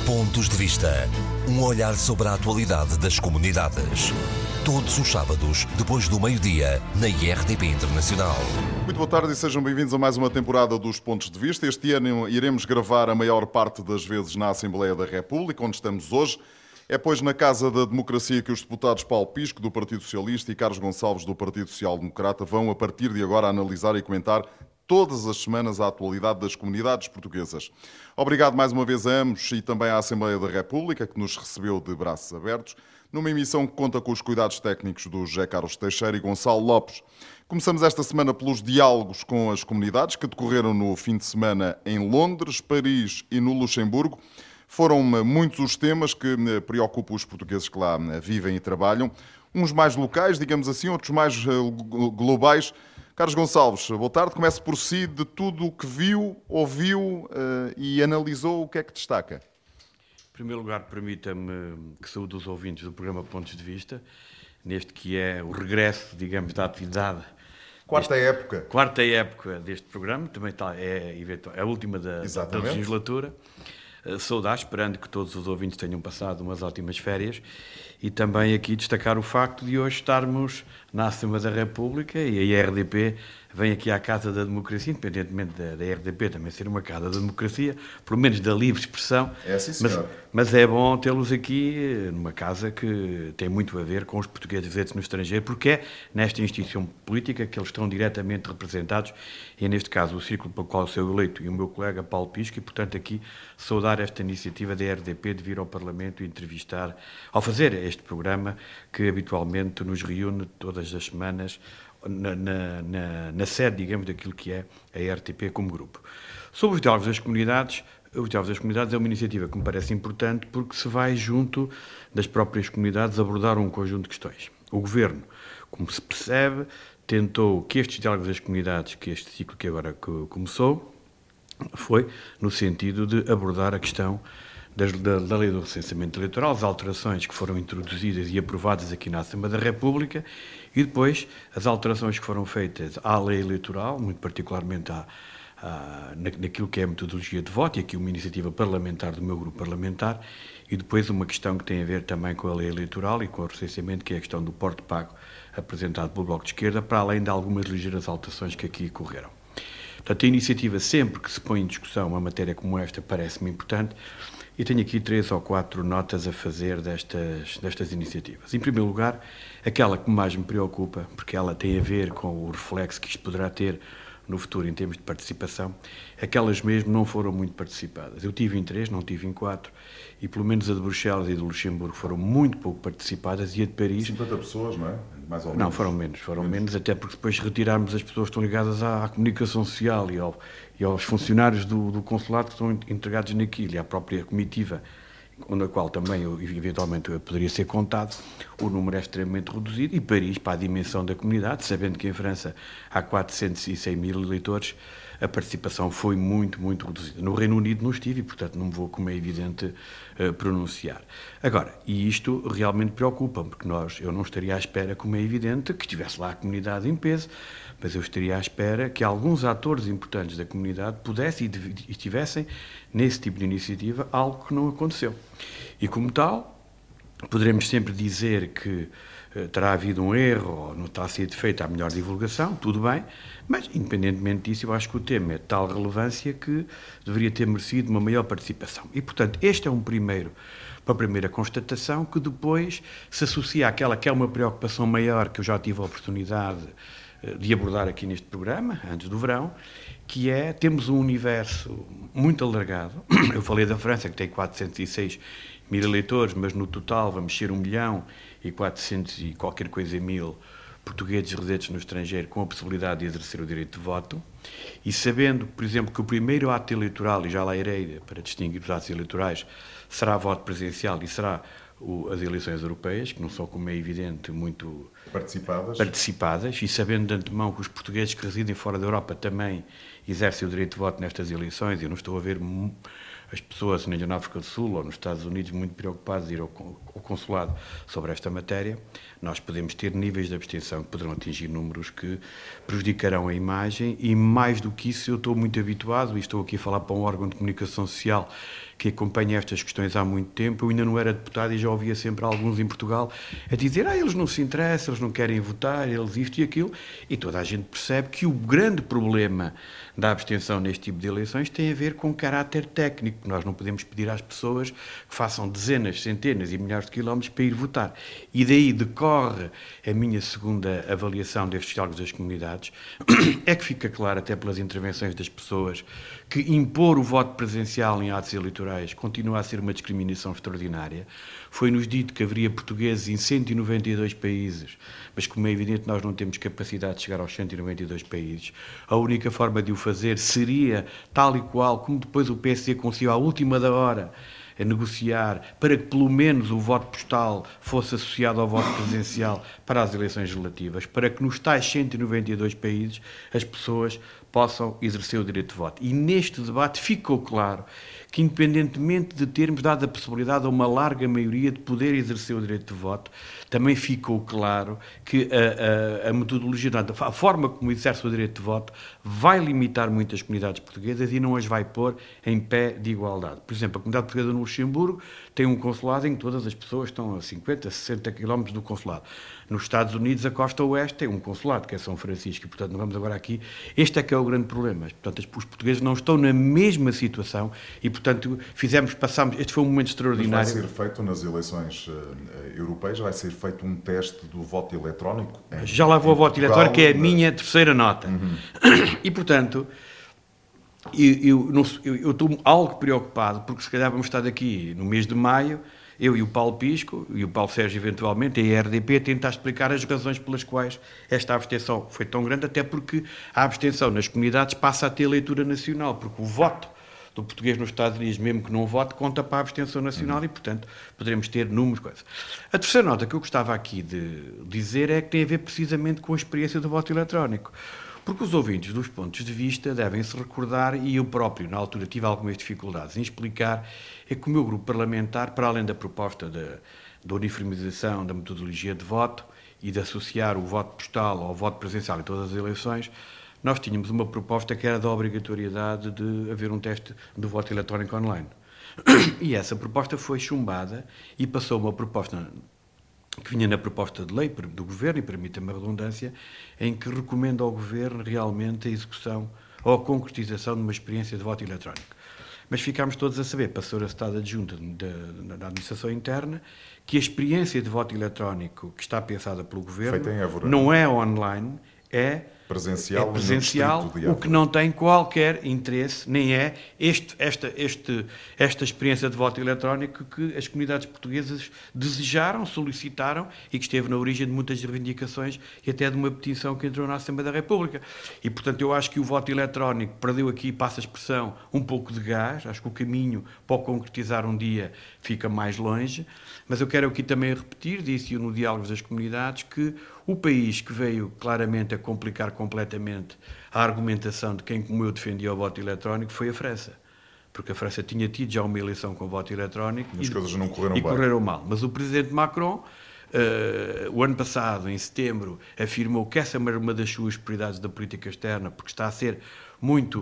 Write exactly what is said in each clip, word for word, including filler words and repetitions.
Pontos de Vista. Um olhar sobre a atualidade das comunidades. Todos os sábados, depois do meio-dia, na I R D P Internacional. Muito boa tarde e sejam bem-vindos a mais uma temporada dos Pontos de Vista. Este ano iremos gravar a maior parte das vezes na Assembleia da República, onde estamos hoje. É, pois, na Casa da Democracia que os deputados Paulo Pisco, do Partido Socialista, e Carlos Gonçalves, do Partido Social Democrata, vão, a partir de agora, analisar e comentar todas as semanas a atualidade das comunidades portuguesas. Obrigado mais uma vez a ambos e também à Assembleia da República, que nos recebeu de braços abertos, numa emissão que conta com os cuidados técnicos do José Carlos Teixeira e Gonçalo Lopes. Começamos esta semana pelos diálogos com as comunidades, que decorreram no fim de semana em Londres, Paris e no Luxemburgo. Foram muitos os temas que preocupam os portugueses que lá vivem e trabalham, uns mais locais, digamos assim, outros mais globais. Carlos Gonçalves, boa tarde. Comece por si, de tudo o que viu, ouviu uh, e analisou, o que é que destaca? Em primeiro lugar, permita-me que saúde os ouvintes do programa Pontos de Vista, neste que é o regresso, digamos, da atividade. Quarta deste, época. Quarta época deste programa, também está, é, é a última da, da legislatura. Uh, saudar, esperando que todos os ouvintes tenham passado umas ótimas férias. E também aqui destacar o facto de hoje estarmos na Assembleia da República e a I R D P vem aqui à Casa da Democracia, independentemente da, da I R D P também ser uma Casa da Democracia, pelo menos da livre expressão. É assim, senhor. Mas, mas é bom tê-los aqui numa casa que tem muito a ver com os portugueses residentes no estrangeiro, porque é nesta instituição política que eles estão diretamente representados, e é neste caso o círculo pelo qual sou eleito e o meu colega Paulo Pisco, e portanto aqui saudar esta iniciativa da I R D P de vir ao Parlamento e entrevistar, ao fazer este programa que habitualmente nos reúne todas as semanas na, na, na, na sede, digamos, daquilo que é a I R T P como grupo. Sobre os diálogos das comunidades, os diálogos das comunidades é uma iniciativa que me parece importante porque se vai junto das próprias comunidades abordar um conjunto de questões. O Governo, como se percebe, tentou que estes diálogos das comunidades, que este ciclo que agora começou, foi no sentido de abordar a questão Da, da, da lei do recenseamento eleitoral, as alterações que foram introduzidas e aprovadas aqui na Assembleia da República e depois as alterações que foram feitas à lei eleitoral, muito particularmente à, à, na, naquilo que é a metodologia de voto, e aqui uma iniciativa parlamentar do meu grupo parlamentar, e depois uma questão que tem a ver também com a lei eleitoral e com o recenseamento, que é a questão do porte pago apresentado pelo Bloco de Esquerda, para além de algumas ligeiras alterações que aqui ocorreram. Portanto, a iniciativa, sempre que se põe em discussão uma matéria como esta, parece-me importante. E tenho aqui três ou quatro notas a fazer destas, destas iniciativas. Em primeiro lugar, aquela que mais me preocupa, porque ela tem a ver com o reflexo que isto poderá ter no futuro em termos de participação, aquelas mesmo não foram muito participadas. Eu tive em três, não tive em quatro, e pelo menos a de Bruxelas e de Luxemburgo foram muito pouco participadas, e a de Paris... cinquenta pessoas, não é? Mais ou menos. Não, foram menos, foram menos, menos até porque depois retirarmos as pessoas que estão ligadas à, à comunicação social e, ao, e aos funcionários do, do consulado que estão integrados naquilo, e à própria comitiva, na qual também eu, eventualmente eu poderia ser contado, o número é extremamente reduzido, e Paris, para a dimensão da comunidade, sabendo que em França há quatrocentos e seis mil eleitores, a participação foi muito, muito reduzida. No Reino Unido não estive e, portanto, não me vou, como é evidente, uh, pronunciar. Agora, e isto realmente preocupa-me, porque nós, eu não estaria à espera, como é evidente, que estivesse lá a comunidade em peso, mas eu estaria à espera que alguns atores importantes da comunidade pudessem e estivessem nesse tipo de iniciativa, algo que não aconteceu. E, como tal, poderemos sempre dizer que uh, terá havido um erro ou não está a ser feita a melhor divulgação, tudo bem, mas, independentemente disso, eu acho que o tema é de tal relevância que deveria ter merecido uma maior participação. E, portanto, este é um primeiro, uma primeira constatação que depois se associa àquela que é uma preocupação maior que eu já tive a oportunidade de abordar aqui neste programa, antes do verão, que é, temos um universo muito alargado. Eu falei da França, que tem quatrocentos e seis mil eleitores, mas no total vamos ser um milhão e quatrocentos e qualquer coisa mil portugueses residentes no estrangeiro com a possibilidade de exercer o direito de voto, e sabendo, por exemplo, que o primeiro ato eleitoral, e já lá irei para distinguir os atos eleitorais, será voto presencial e será o, as eleições europeias, que não são, como é evidente, muito participadas. participadas, e sabendo de antemão que os portugueses que residem fora da Europa também exercem o direito de voto nestas eleições, eu não estou a ver as pessoas na África do Sul ou nos Estados Unidos muito preocupadas de ir ao consulado sobre esta matéria, nós podemos ter níveis de abstenção que poderão atingir números que prejudicarão a imagem e, mais do que isso, eu estou muito habituado, e estou aqui a falar para um órgão de comunicação social que acompanha estas questões há muito tempo. Eu ainda não era deputado e já ouvia sempre alguns em Portugal a dizer ah, eles não se interessam, eles não querem votar, eles isto e aquilo, e toda a gente percebe que o grande problema da abstenção neste tipo de eleições tem a ver com caráter técnico. Nós não podemos pedir às pessoas que façam dezenas, centenas e milhares de quilómetros para ir votar. E daí decorre a minha segunda avaliação destes diálogos das comunidades, é que fica claro, até pelas intervenções das pessoas, que impor o voto presencial em atos eleitorais continua a ser uma discriminação extraordinária. Foi-nos dito que haveria portugueses em cento e noventa e dois países, mas como é evidente nós não temos capacidade de chegar aos cento e noventa e dois países. A única forma de o fazer seria, tal e qual, como depois o P S D conseguiu à última da hora, a negociar para que pelo menos o voto postal fosse associado ao voto presencial para as eleições legislativas, para que nos tais cento e noventa e dois países as pessoas possam exercer o direito de voto. E neste debate ficou claro que, independentemente de termos dado a possibilidade a uma larga maioria de poder exercer o direito de voto, também ficou claro que a, a, a metodologia, a forma como exerce o direito de voto vai limitar muitas comunidades portuguesas e não as vai pôr em pé de igualdade. Por exemplo, a comunidade portuguesa no Luxemburgo tem um consulado em que todas as pessoas estão a cinquenta, sessenta quilómetros do consulado. Nos Estados Unidos, a costa oeste tem um consulado, que é São Francisco, e, portanto, não vamos agora aqui. Este é que é o grande problema. Portanto, os portugueses não estão na mesma situação e, portanto, fizemos, passámos, este foi um momento extraordinário. Mas vai ser feito nas eleições uh, europeias, vai ser feito um teste do voto eletrónico? Em, Já lá vou ao voto Portugal, eletrónico, que é a de... minha terceira nota. Uhum. E, portanto, eu, eu, não, eu, eu estou algo preocupado, porque se calhar vamos estar aqui no mês de maio, eu e o Paulo Pisco, e o Paulo Sérgio eventualmente, e a R D P, tentar explicar as razões pelas quais esta abstenção foi tão grande, até porque a abstenção nas comunidades passa a ter leitura nacional, porque o voto do português nos Estados Unidos, mesmo que não vote, conta para a abstenção nacional uhum. e, portanto, poderemos ter números, coisas. A terceira nota que eu gostava aqui de dizer é que tem a ver precisamente com a experiência do voto eletrónico. Porque os ouvintes dos pontos de vista devem se recordar, e eu próprio, na altura, tive algumas dificuldades em explicar, é que o meu grupo parlamentar, para além da proposta da, da uniformização da metodologia de voto e de associar o voto postal ao voto presencial em todas as eleições, nós tínhamos uma proposta que era da obrigatoriedade de haver um teste do voto eletrónico online. E essa proposta foi chumbada e passou uma proposta que vinha na proposta de lei do Governo, e permita-me a redundância, em que recomenda ao Governo realmente a execução ou a concretização de uma experiência de voto eletrónico. Mas ficámos todos a saber, passou a Estado adjunta da, da Administração Interna, que a experiência de voto eletrónico que está pensada pelo Governo não é online, é presencial, é presencial o que não tem qualquer interesse, nem é este, esta, este, esta experiência de voto eletrónico que as comunidades portuguesas desejaram, solicitaram e que esteve na origem de muitas reivindicações e até de uma petição que entrou na Assembleia da República. E, portanto, eu acho que o voto eletrónico perdeu aqui, passa a expressão, um pouco de gás. Acho que o caminho para o concretizar um dia fica mais longe, mas eu quero aqui também repetir, disse-o no Diálogos das Comunidades, que o país que veio claramente a complicar completamente a argumentação de quem, como eu, defendia o voto eletrónico foi a França. Porque a França tinha tido já uma eleição com voto eletrónico e as coisas não correram e bem. correram mal. Mas o presidente Macron, uh, o ano passado, em setembro, afirmou que essa era uma das suas prioridades da política externa, porque está a ser muito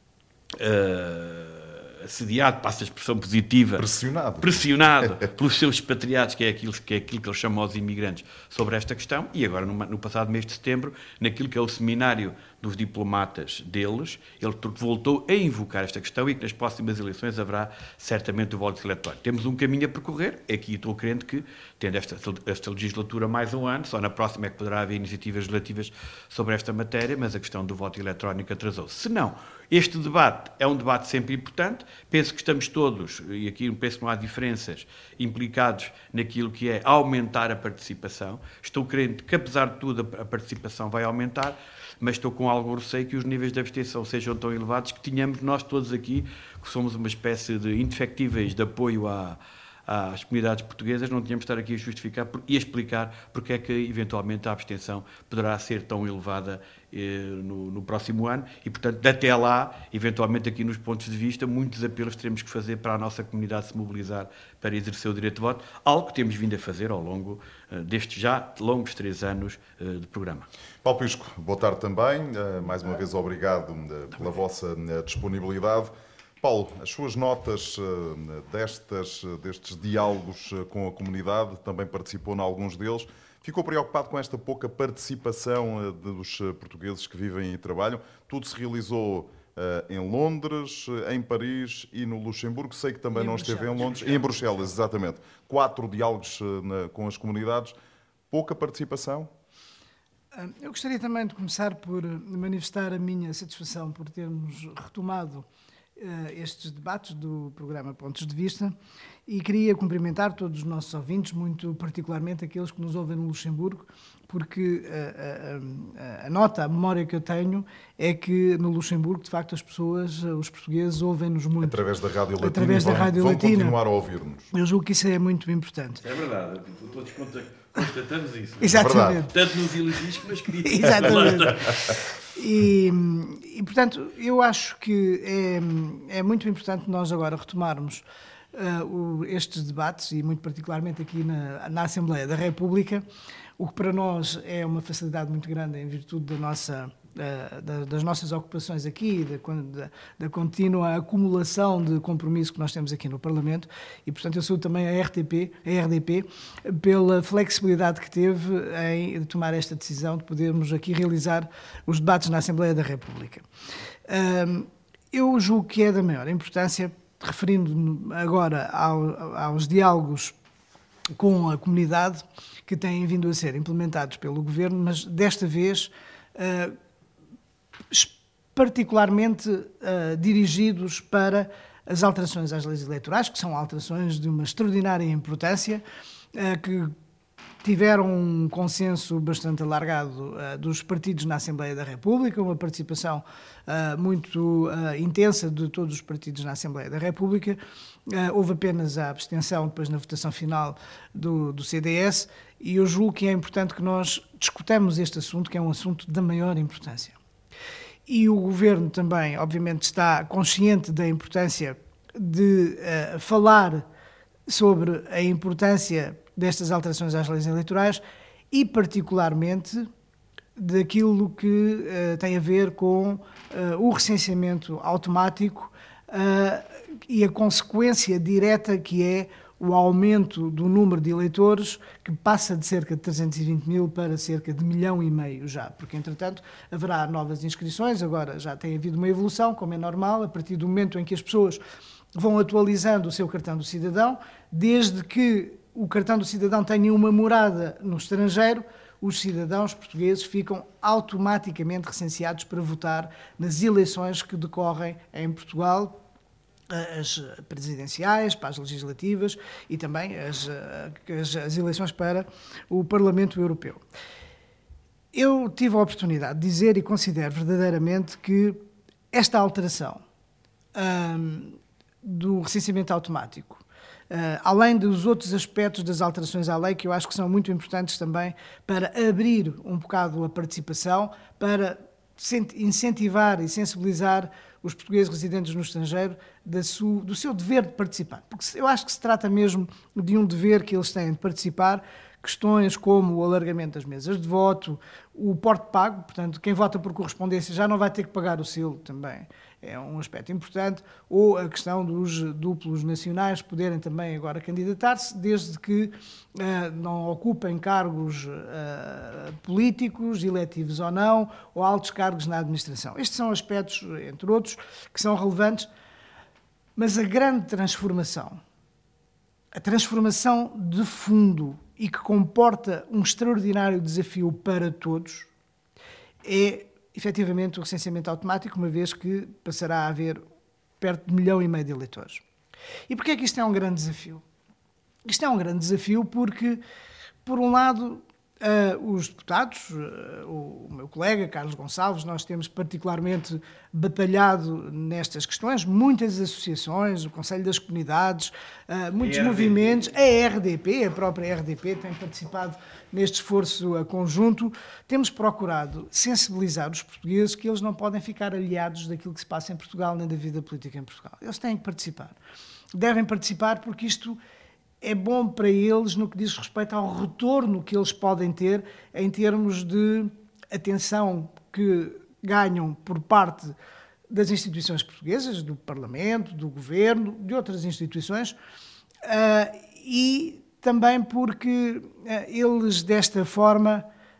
uh, assediado, passa a expressão positiva, pressionado, pressionado pelos seus expatriados, que é, aquilo, que é aquilo que eles chamam aos imigrantes, sobre esta questão, e agora, no, no passado mês de setembro, naquilo que é o seminário dos diplomatas deles, ele voltou a invocar esta questão e que nas próximas eleições haverá certamente o voto eletrónico. Temos um caminho a percorrer, aqui estou crente que, tendo esta, esta legislatura mais um ano, só na próxima é que poderá haver iniciativas legislativas sobre esta matéria, mas a questão do voto eletrónico atrasou-se. Se não, este debate é um debate sempre importante, penso que estamos todos, e aqui penso que não há diferenças, implicados naquilo que é aumentar a participação. Estou crente que, apesar de tudo, a participação vai aumentar, mas estou com algum receio que os níveis de abstenção sejam tão elevados que tenhamos nós todos aqui, que somos uma espécie de indefectíveis de apoio à, às comunidades portuguesas, não tínhamos de estar aqui a justificar e a explicar porque é que, eventualmente, a abstenção poderá ser tão elevada eh, no, no próximo ano e, portanto, até lá, eventualmente, aqui nos pontos de vista, muitos apelos teremos que fazer para a nossa comunidade se mobilizar para exercer o direito de voto, algo que temos vindo a fazer ao longo eh, destes já longos três anos eh, de programa. Paulo Pisco, boa tarde também. Uh, mais uma vez, obrigado uh, pela vossa uh, disponibilidade. Paulo, as suas notas uh, destas, uh, destes diálogos uh, com a comunidade, também participou em alguns deles. Ficou preocupado com esta pouca participação uh, dos uh, portugueses que vivem e trabalham. Tudo se realizou uh, em Londres, uh, em Paris e no Luxemburgo. Sei que também não esteve em Londres. E em Bruxelas, exatamente. Quatro diálogos uh, na, com as comunidades. Pouca participação? Eu gostaria também de começar por manifestar a minha satisfação por termos retomado uh, estes debates do programa Pontos de Vista e queria cumprimentar todos os nossos ouvintes, muito particularmente aqueles que nos ouvem no Luxemburgo, porque uh, a, a, a nota, a memória que eu tenho é que no Luxemburgo, de facto, as pessoas, os portugueses, ouvem-nos muito. Através da Rádio Latina. Através da Rádio vão, Latina. Vão continuar a ouvir-nos. Eu julgo que isso é muito importante. É verdade, todos constatamos isso. Exatamente. Tanto nos elogios como nas críticas. Exatamente. E, e, portanto, eu acho que é, é muito importante nós agora retomarmos uh, o, estes debates, e muito particularmente aqui na, na Assembleia da República, o que para nós é uma facilidade muito grande em virtude da nossa, uh, das nossas ocupações aqui, da, da, da contínua acumulação de compromisso que nós temos aqui no Parlamento, e, portanto, eu sou também a R T P, a R D P, pela flexibilidade que teve em tomar esta decisão de podermos aqui realizar os debates na Assembleia da República. Uh, eu julgo que é da maior importância, referindo-me agora ao, aos diálogos com a comunidade que têm vindo a ser implementados pelo Governo, mas desta vez uh, particularmente uh, dirigidos para as alterações às leis eleitorais, que são alterações de uma extraordinária importância, uh, que tiveram um consenso bastante alargado uh, dos partidos na Assembleia da República, uma participação uh, muito uh, intensa de todos os partidos na Assembleia da República. Uh, houve apenas a abstenção depois na votação final do, do C D S, e eu julgo que é importante que nós discutamos este assunto, que é um assunto da maior importância. E o Governo também, obviamente, está consciente da importância de uh, falar sobre a importância destas alterações às leis eleitorais e, particularmente, daquilo que uh, tem a ver com uh, o recenseamento automático uh, e a consequência direta que é o aumento do número de eleitores, que passa de cerca de trezentos e vinte mil para cerca de milhão e meio já, porque, entretanto, haverá novas inscrições, agora já tem havido uma evolução, como é normal, a partir do momento em que as pessoas vão atualizando o seu cartão do cidadão, desde que o cartão do cidadão tenha uma morada no estrangeiro, os cidadãos portugueses ficam automaticamente recenseados para votar nas eleições que decorrem em Portugal, as presidenciais, para as legislativas e também as, as, as eleições para o Parlamento Europeu. Eu tive a oportunidade de dizer e considero verdadeiramente que esta alteração hum, do recenseamento automático, Uh, além dos outros aspectos das alterações à lei, que eu acho que são muito importantes também para abrir um bocado a participação, para incentivar e sensibilizar os portugueses residentes no estrangeiro da su, do seu dever de participar. Porque eu acho que se trata mesmo de um dever que eles têm de participar, questões como o alargamento das mesas de voto, o porte pago, portanto, quem vota por correspondência já não vai ter que pagar o selo também. É um aspecto importante, ou a questão dos duplos nacionais poderem também agora candidatar-se, desde que uh, não ocupem cargos uh, políticos, eletivos ou não, ou altos cargos na administração. Estes são aspectos, entre outros, que são relevantes, mas a grande transformação, a transformação de fundo e que comporta um extraordinário desafio para todos, é efetivamente o recenseamento automático, uma vez que passará a haver perto de um milhão e meio de eleitores. E porquê é que isto é um grande desafio? Isto é um grande desafio porque, por um lado, Uh, os deputados, uh, o, o meu colega Carlos Gonçalves, nós temos particularmente batalhado nestas questões, muitas associações, o Conselho das Comunidades, uh, muitos movimentos, a R D P, a própria R D P tem participado neste esforço uh, conjunto. Temos procurado sensibilizar os portugueses que eles não podem ficar aliados daquilo que se passa em Portugal nem da vida política em Portugal. Eles têm que participar. Devem participar porque isto é bom para eles no que diz respeito ao retorno que eles podem ter em termos de atenção que ganham por parte das instituições portuguesas, do Parlamento, do Governo, de outras instituições, e também porque eles, desta forma,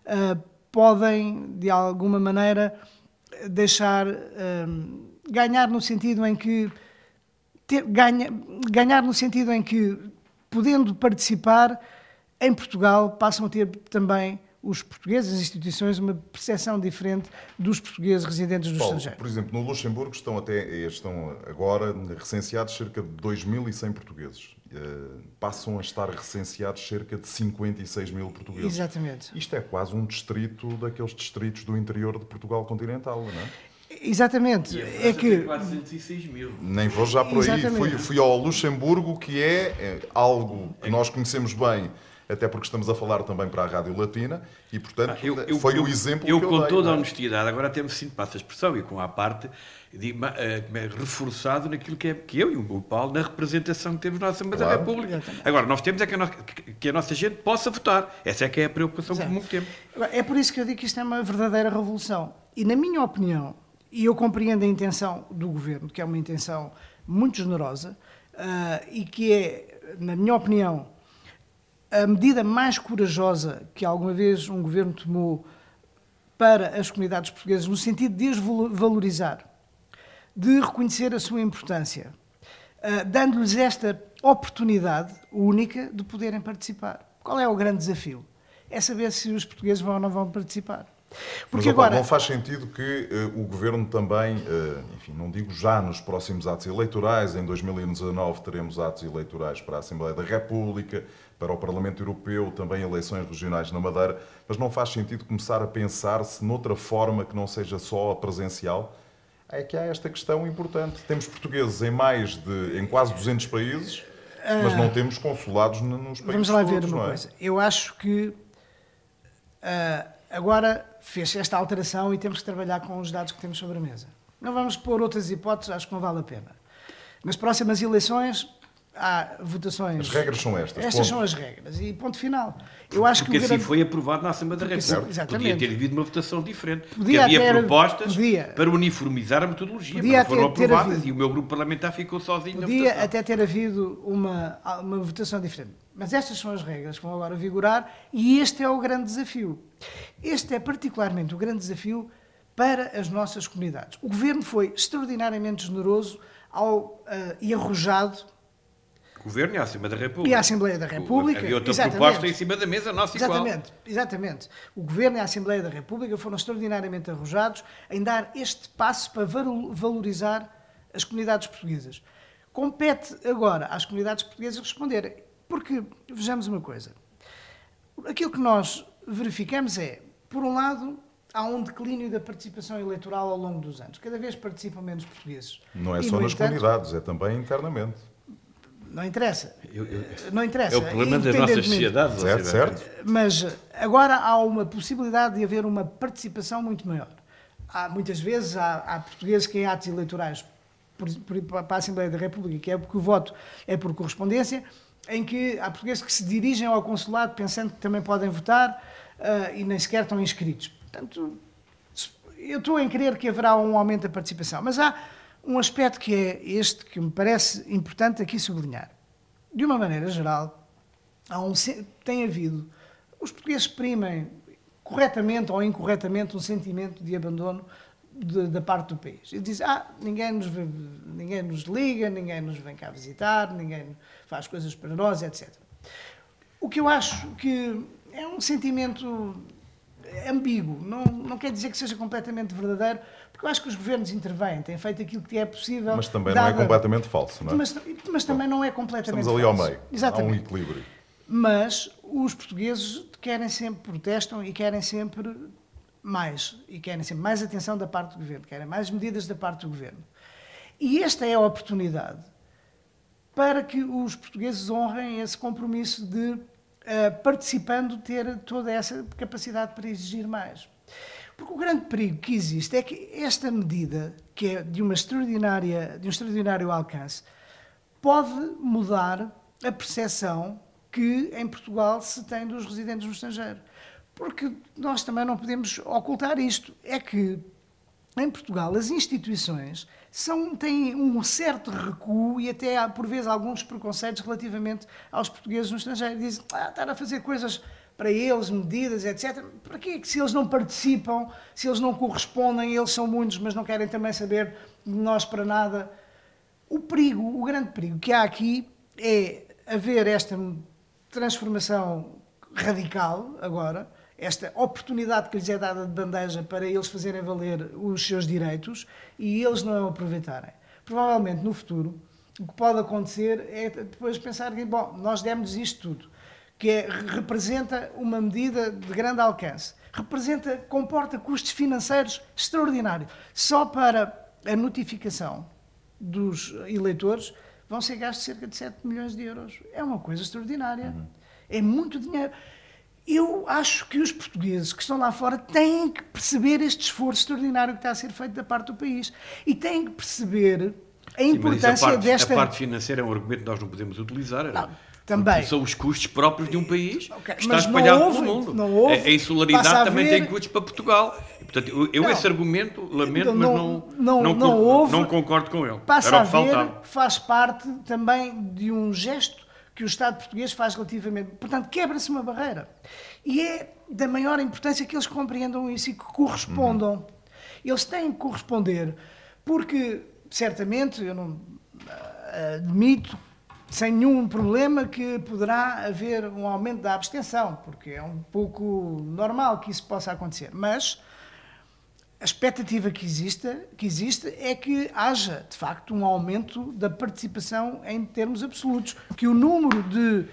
podem, de alguma maneira, deixar ganhar no sentido em que ter, ganha, ganhar no sentido em que podendo participar, em Portugal passam a ter também os portugueses, as instituições, uma percepção diferente dos portugueses residentes do Paulo, estrangeiro. Por exemplo, no Luxemburgo estão, até, estão agora recenseados cerca de dois mil e cem portugueses. Uh, passam a estar recenseados cerca de cinquenta e seis mil portugueses. Exatamente. Isto é quase um distrito daqueles distritos do interior de Portugal continental, não é? Exatamente. É que quatrocentos e seis mil. Nem vou já por aí. Fui, fui ao Luxemburgo, que é, é algo que nós conhecemos bem, até porque estamos a falar também para a Rádio Latina, e, portanto, ah, eu, eu, foi eu, o exemplo eu, que eu com dei, toda é? a honestidade, agora até me sinto, passa a expressão, e com a parte, de, uh, reforçado naquilo que, é, que eu e o Paulo, na representação que temos na Assembleia claro. da República. Exatamente. Agora, nós temos é que a, nossa, que a nossa gente possa votar. Essa é que é a preocupação Exato. comum que temos. É por isso que eu digo que isto é uma verdadeira revolução. E, na minha opinião, e eu compreendo a intenção do Governo, que é uma intenção muito generosa, uh, e que é, na minha opinião, a medida mais corajosa que alguma vez um Governo tomou para as comunidades portuguesas, no sentido de as valorizar, de reconhecer a sua importância, uh, dando-lhes esta oportunidade única de poderem participar. Qual é o grande desafio? É saber se os portugueses vão ou não vão participar. Porque Mas, agora... não faz sentido que uh, o Governo também, uh, enfim, não digo já nos próximos atos eleitorais, em dois mil e dezanove teremos atos eleitorais para a Assembleia da República, para o Parlamento Europeu, também eleições regionais na Madeira, mas não faz sentido começar a pensar-se noutra forma que não seja só a presencial? É que há esta questão importante. Temos portugueses em mais de, em quase duzentos países, uh, mas não temos consulados nos países Vamos lá todos, ver uma não é? coisa. Eu acho que uh, agora fez esta alteração e temos que trabalhar com os dados que temos sobre a mesa. Não vamos pôr outras hipóteses, acho que não vale a pena. Nas próximas eleições há votações... As regras são estas. Estas ponto. são as regras e ponto final. Eu acho Porque que o assim grande... foi aprovado na Assembleia da República. Exatamente. Podia ter havido uma votação diferente. Podia havia ter, propostas podia. para uniformizar a metodologia, Podia mas foram ter, ter aprovadas havido. e o meu grupo parlamentar ficou sozinho Podia na votação. até ter havido uma, uma votação diferente. Mas estas são as regras que vão agora vigorar e este é o grande desafio. Este é particularmente o grande desafio para as nossas comunidades. O Governo foi extraordinariamente generoso ao, uh, e arrojado. O Governo e a Assembleia da República. E a Assembleia da República. Havia outra exatamente. proposta em cima da mesa, nossa igual. Exatamente, exatamente. O Governo e a Assembleia da República foram extraordinariamente arrojados em dar este passo para valorizar as comunidades portuguesas. Compete agora às comunidades portuguesas responderem. Porque, vejamos uma coisa, aquilo que nós verificamos é, por um lado, há um declínio da participação eleitoral ao longo dos anos. Cada vez participam menos portugueses. Não é E, só nas entanto, comunidades, é também internamente. Não interessa. Eu, eu, não interessa. É o problema das nossas sociedades. Certo, certo. Mas agora há uma possibilidade de haver uma participação muito maior. Há, muitas vezes há, há portugueses que em atos eleitorais por, por, para a Assembleia da República, que é porque o voto é por correspondência, em que há portugueses que se dirigem ao consulado pensando que também podem votar uh, e nem sequer estão inscritos. Portanto, eu estou em crer que haverá um aumento da participação. Mas há um aspecto que é este que me parece importante aqui sublinhar. De uma maneira geral, há um, tem havido... Os portugueses exprimem corretamente ou incorretamente um sentimento de abandono de, da parte do país. E dizem, ah, ninguém nos, ninguém nos liga, ninguém nos vem cá visitar, ninguém faz coisas para nós, etcétera. O que eu acho que é um sentimento ambíguo, não, não quer dizer que seja completamente verdadeiro, porque eu acho que os governos intervêm, têm feito aquilo que é possível. Mas também dada... não é completamente falso, não é? Mas, mas também não é completamente Estamos ali falso. ao meio, Exatamente. há um equilíbrio. Mas os portugueses querem sempre, protestam e querem sempre mais. E querem sempre mais atenção da parte do governo, querem mais medidas da parte do governo. E esta é a oportunidade para que os portugueses honrem esse compromisso de, uh, participando, ter toda essa capacidade para exigir mais. Porque o grande perigo que existe é que esta medida, que é de, uma extraordinária, de um extraordinário alcance, pode mudar a percepção que em Portugal se tem dos residentes no estrangeiro. Porque nós também não podemos ocultar isto. É que em Portugal as instituições são, têm um certo recuo e até há, por vezes, alguns preconceitos relativamente aos portugueses no estrangeiro. Dizem, ah, estar a fazer coisas para eles, medidas, etcétera. Para quê? Se eles não participam, se eles não correspondem, eles são muitos, mas não querem também saber de nós para nada. O perigo, o grande perigo que há aqui é haver esta transformação radical agora, esta oportunidade que lhes é dada de bandeja para eles fazerem valer os seus direitos e eles não a aproveitarem. Provavelmente, no futuro, o que pode acontecer é depois pensar que, bom, nós demos isto tudo, que é, representa uma medida de grande alcance, representa, comporta custos financeiros extraordinários. Só para a notificação dos eleitores vão ser gastos cerca de sete milhões de euros. É uma coisa extraordinária. Uhum. É muito dinheiro. Eu acho que os portugueses que estão lá fora têm que perceber este esforço extraordinário que está a ser feito da parte do país e têm que perceber a importância Sim, mas a parte, desta... A parte financeira é um argumento que nós não podemos utilizar. Não, também. São os custos próprios de um país okay, que está espalhado houve, pelo mundo. Não houve, a insularidade também ver... tem custos para Portugal. Portanto, eu, eu esse argumento lamento, não, mas não, não, não, não, não, houve, não concordo com ele. Passa Era o a que ver, faltava. Faz parte também de um gesto que o Estado português faz relativamente... Portanto, quebra-se uma barreira. E é da maior importância que eles compreendam isso e que correspondam. Uhum. Eles têm que corresponder, porque, certamente, eu não admito, sem nenhum problema, que poderá haver um aumento da abstenção, porque é um pouco normal que isso possa acontecer. Mas a expectativa que existe, que existe é que haja, de facto, um aumento da participação em termos absolutos, que o número de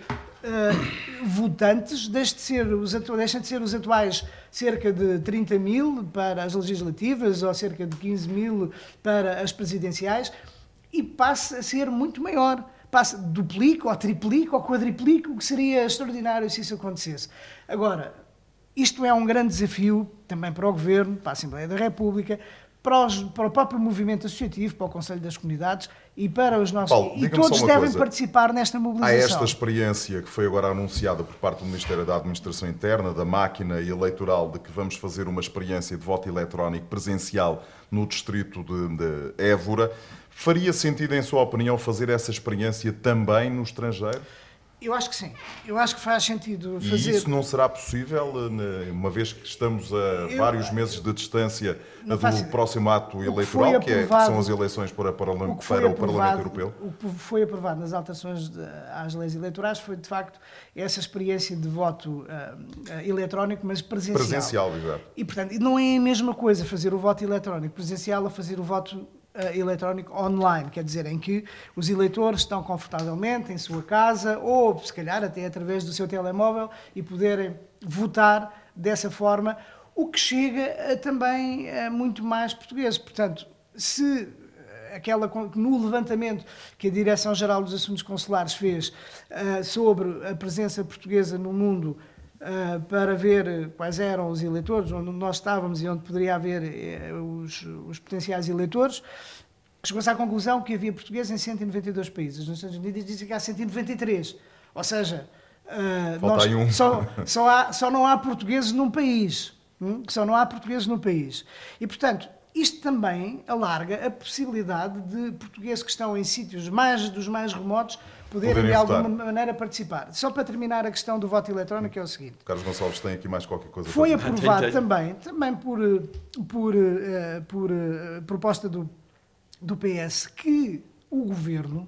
uh, votantes deixe de ser os atu- deixem de ser os atuais cerca de trinta mil para as legislativas ou cerca de quinze mil para as presidenciais e passe a ser muito maior. Passe, duplique, ou triplique, ou quadriplique, o que seria extraordinário se isso acontecesse. Agora, isto é um grande desafio também para o Governo, para a Assembleia da República, para, os, para o próprio movimento associativo, para o Conselho das Comunidades e para os nossos... Paulo, e todos devem coisa. participar nesta mobilização. Há esta experiência que foi agora anunciada por parte do Ministério da Administração Interna, da máquina eleitoral, de que vamos fazer uma experiência de voto eletrónico presencial no distrito de, de Évora. Faria sentido, em sua opinião, fazer essa experiência também no estrangeiro? Eu acho que sim. Eu acho que faz sentido fazer... E isso não será possível, uma vez que estamos a Eu... vários meses de distância do faço... próximo ato eleitoral, que, aprovado... que, é, que são as eleições para, para, o, para o Parlamento Europeu? O que foi aprovado nas alterações de, às leis eleitorais foi, de facto, essa experiência de voto uh, uh, eletrónico, mas presencial. Presencial, exato. E, portanto, não é a mesma coisa fazer o voto eletrónico presencial a fazer o voto Uh, eletrónico online, quer dizer, em que os eleitores estão confortavelmente em sua casa ou, se calhar, até através do seu telemóvel e poderem votar dessa forma, o que chega a, também a muito mais portugueses. Portanto, se aquela, no levantamento que a Direção-Geral dos Assuntos Consulares fez uh, sobre a presença portuguesa no mundo, Uh, para ver quais eram os eleitores, onde nós estávamos e onde poderia haver uh, os, os potenciais eleitores, chegou-se à conclusão que havia portugueses em cento e noventa e dois países. Nos Estados Unidos dizem que há cento e noventa e três. Ou seja, uh, nós, um. só, só, há, só não há portugueses num país. Hum? Só não há portugueses num país. E, portanto, isto também alarga a possibilidade de portugueses que estão em sítios mais, dos mais remotos poderem, Poderem de alguma votar. maneira, participar. Só para terminar a questão do voto eletrónico é o seguinte. Carlos Gonçalves tem aqui mais qualquer coisa. Foi aprovado também, também por, por, por, por proposta do, do P S, que o Governo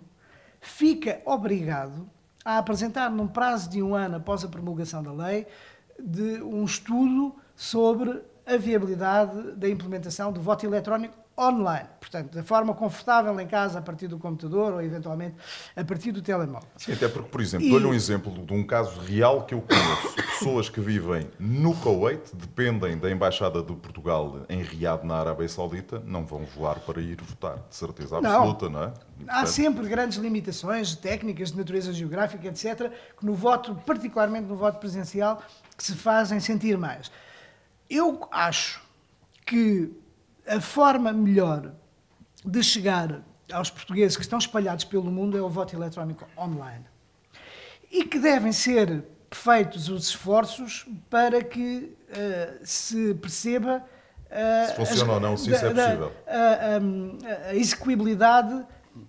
fica obrigado a apresentar, num prazo de um ano após a promulgação da lei, de um estudo sobre a viabilidade da implementação do voto eletrónico online. Portanto, da forma confortável em casa, a partir do computador ou, eventualmente, a partir do telemóvel. Sim, até porque, por exemplo, E... dou-lhe um exemplo de um caso real que eu conheço. Pessoas que vivem no Kuwait, dependem da Embaixada de Portugal em Riad, na Arábia Saudita, não vão voar para ir votar, de certeza absoluta, não, não é? Há Portanto... sempre grandes limitações técnicas, de natureza geográfica, etcétera, que no voto, particularmente no voto presencial, que se fazem sentir mais. Eu acho que a forma melhor de chegar aos portugueses que estão espalhados pelo mundo é o voto eletrónico online. E que devem ser feitos os esforços para que uh, se perceba uh, se funciona as, ou não, se da, isso é possível. A, a, a execuibilidade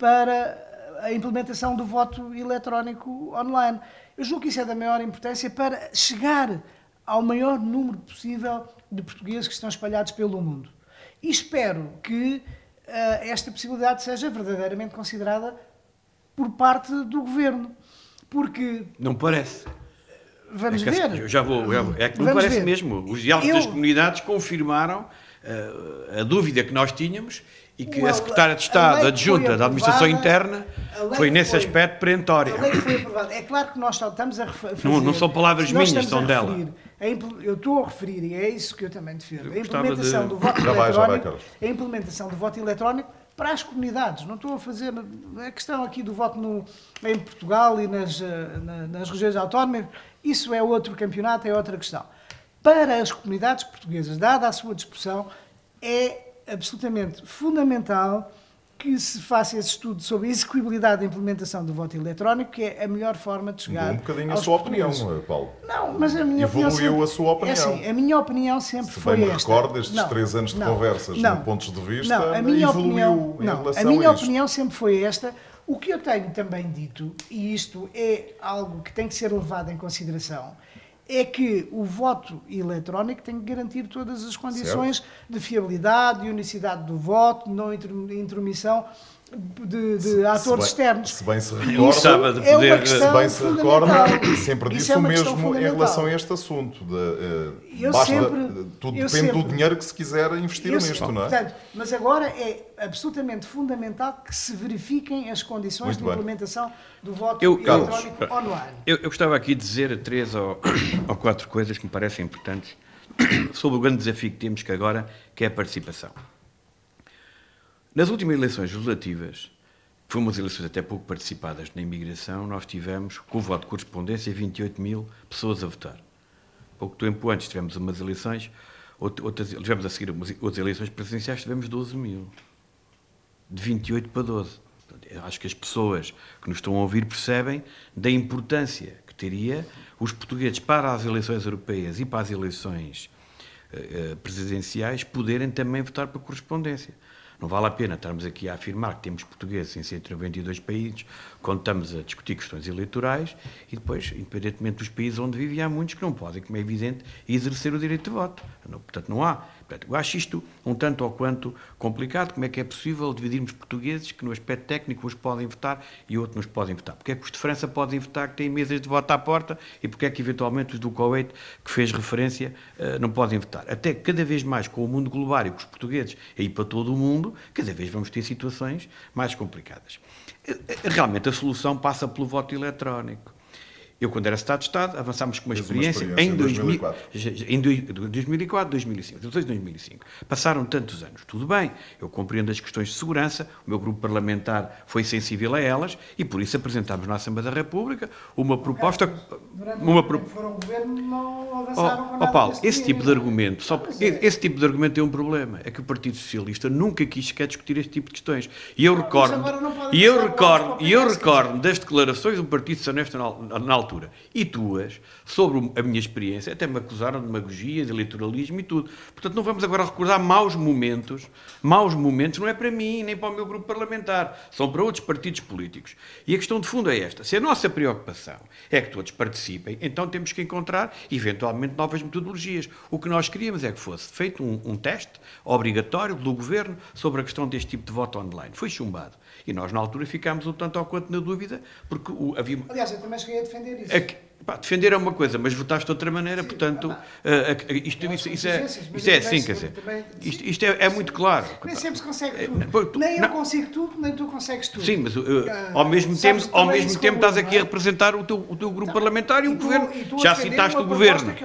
para a implementação do voto eletrónico online. Eu julgo que isso é da maior importância para chegar ao maior número possível de portugueses que estão espalhados pelo mundo. E espero que uh, esta possibilidade seja verdadeiramente considerada por parte do Governo. Porque... Não parece. Vamos é que, ver. Eu já vou, já vou. É que não Vamos parece ver. mesmo. Os diálogos eu... das comunidades confirmaram uh, a dúvida que nós tínhamos e que Well, a Secretária de Estado adjunta da Administração Interna foi nesse foi, aspecto perentória. A lei que foi aprovada. É claro que nós estamos a referir... Não, não são palavras minhas, são dela. Impl... Eu estou a referir, e é isso que eu também defendo, a implementação de... do voto já eletrónico, vai, vai, a implementação do voto eletrónico para as comunidades. Não estou a fazer a questão aqui do voto no, em Portugal e nas, na, nas regiões autónomas, isso é outro campeonato, é outra questão. Para as comunidades portuguesas, dada a sua dispersão, é absolutamente fundamental que se faça esse estudo sobre a execuibilidade da implementação do voto eletrónico, que é a melhor forma de chegar um bocadinho aos a sua opinião, Paulo. Não, mas a minha Evoluiu opinião sempre, a sua opinião. É assim, a minha opinião sempre Se foi bem me esta. recordo, estes não, três anos de não, conversas, não, no pontos de vista, não, a minha evoluiu opinião, em não, relação a minha a isto. opinião sempre foi esta. O que eu tenho também dito, e isto é algo que tem que ser levado em consideração, é que o voto eletrónico tem que garantir todas as condições certo. de fiabilidade, de unicidade do voto, de não intromissão de, de se, atores se bem, externos. Se bem se recorda, de poder, é se bem se recorda, sempre disse é o mesmo em relação a este assunto. De, uh, basta, sempre, tudo depende sempre, do dinheiro que se quiser investir nisto, sempre, não é? Portanto, mas agora é absolutamente fundamental que se verifiquem as condições Muito de bem. implementação do voto eu, eletrónico Carlos, online. Eu, eu gostava aqui de dizer três ou, ou quatro coisas que me parecem importantes sobre o grande desafio que temos que agora, que é a participação. Nas últimas eleições legislativas, que foram umas eleições até pouco participadas na imigração, nós tivemos, com o voto de correspondência, vinte e oito mil pessoas a votar. Pouco tempo antes tivemos umas eleições, outras, tivemos a seguir outras eleições presidenciais, tivemos doze mil. De vinte e oito para doze. Portanto, acho que as pessoas que nos estão a ouvir percebem da importância que teria os portugueses para as eleições europeias e para as eleições uh, presidenciais poderem também votar por correspondência. Não vale a pena estarmos aqui a afirmar que temos portugueses em cento e noventa e dois países, quando estamos a discutir questões eleitorais, e depois, independentemente dos países onde vivem, há muitos que não podem, como é evidente, exercer o direito de voto. Não, portanto, não há. Portanto, eu acho isto um tanto ou quanto complicado. Como é que é possível dividirmos portugueses que, no aspecto técnico, uns podem votar e outros nos podem votar? Porque é que os de França podem votar, que têm mesas de voto à porta, e porque é que, eventualmente, os do Kuwait, que fez referência, não podem votar? Até que, cada vez mais, com o mundo global e com os portugueses aí para todo o mundo, cada vez vamos ter situações mais complicadas. Realmente, a solução passa pelo voto eletrónico. Eu, quando era Estado de Estado, avançámos com uma experiência, uma experiência em dois mil e quatro, em dois mil e quatro, dois mil e cinco, depois de dois mil e cinco. Passaram tantos anos, tudo bem, eu compreendo as questões de segurança, o meu grupo parlamentar foi sensível a elas e por isso apresentámos na Assembleia da República uma proposta... Durante uma o tempo foram o governo, não avançaram oh, com nada. Oh Paulo, esse tipo de é. argumento, só, esse tipo de argumento tem um problema, é que o Partido Socialista nunca quis sequer discutir este tipo de questões. E eu recordo, e eu recordo, e eu recordo das declarações do Partido Socialista na, na altura, e tuas, sobre a minha experiência, até me acusaram de demagogia, de eleitoralismo e tudo. Portanto, não vamos agora recordar maus momentos. Maus momentos não é para mim, nem para o meu grupo parlamentar. São para outros partidos políticos. E a questão de fundo é esta. Se a nossa preocupação é que todos participem, então temos que encontrar, eventualmente, novas metodologias. O que nós queríamos é que fosse feito um, um teste obrigatório do Governo sobre a questão deste tipo de voto online. Foi chumbado. E nós, na altura, ficámos um tanto ou quanto na dúvida, porque o, havia... Aliás, eu também cheguei a defender isso. É que, Pá, defender é uma coisa, mas votaste de outra maneira, sim, portanto, uh, uh, isto, isto, isto é, isto é assim, quer dizer, isto, isto é, é muito claro. Nem sempre se consegue tudo. Nem eu consigo tudo, nem tu consegues tudo. Sim, mas uh, ao mesmo tempo, ao mesmo tempo estás aqui a representar o teu, o teu grupo parlamentar e o governo. Já citaste o governo.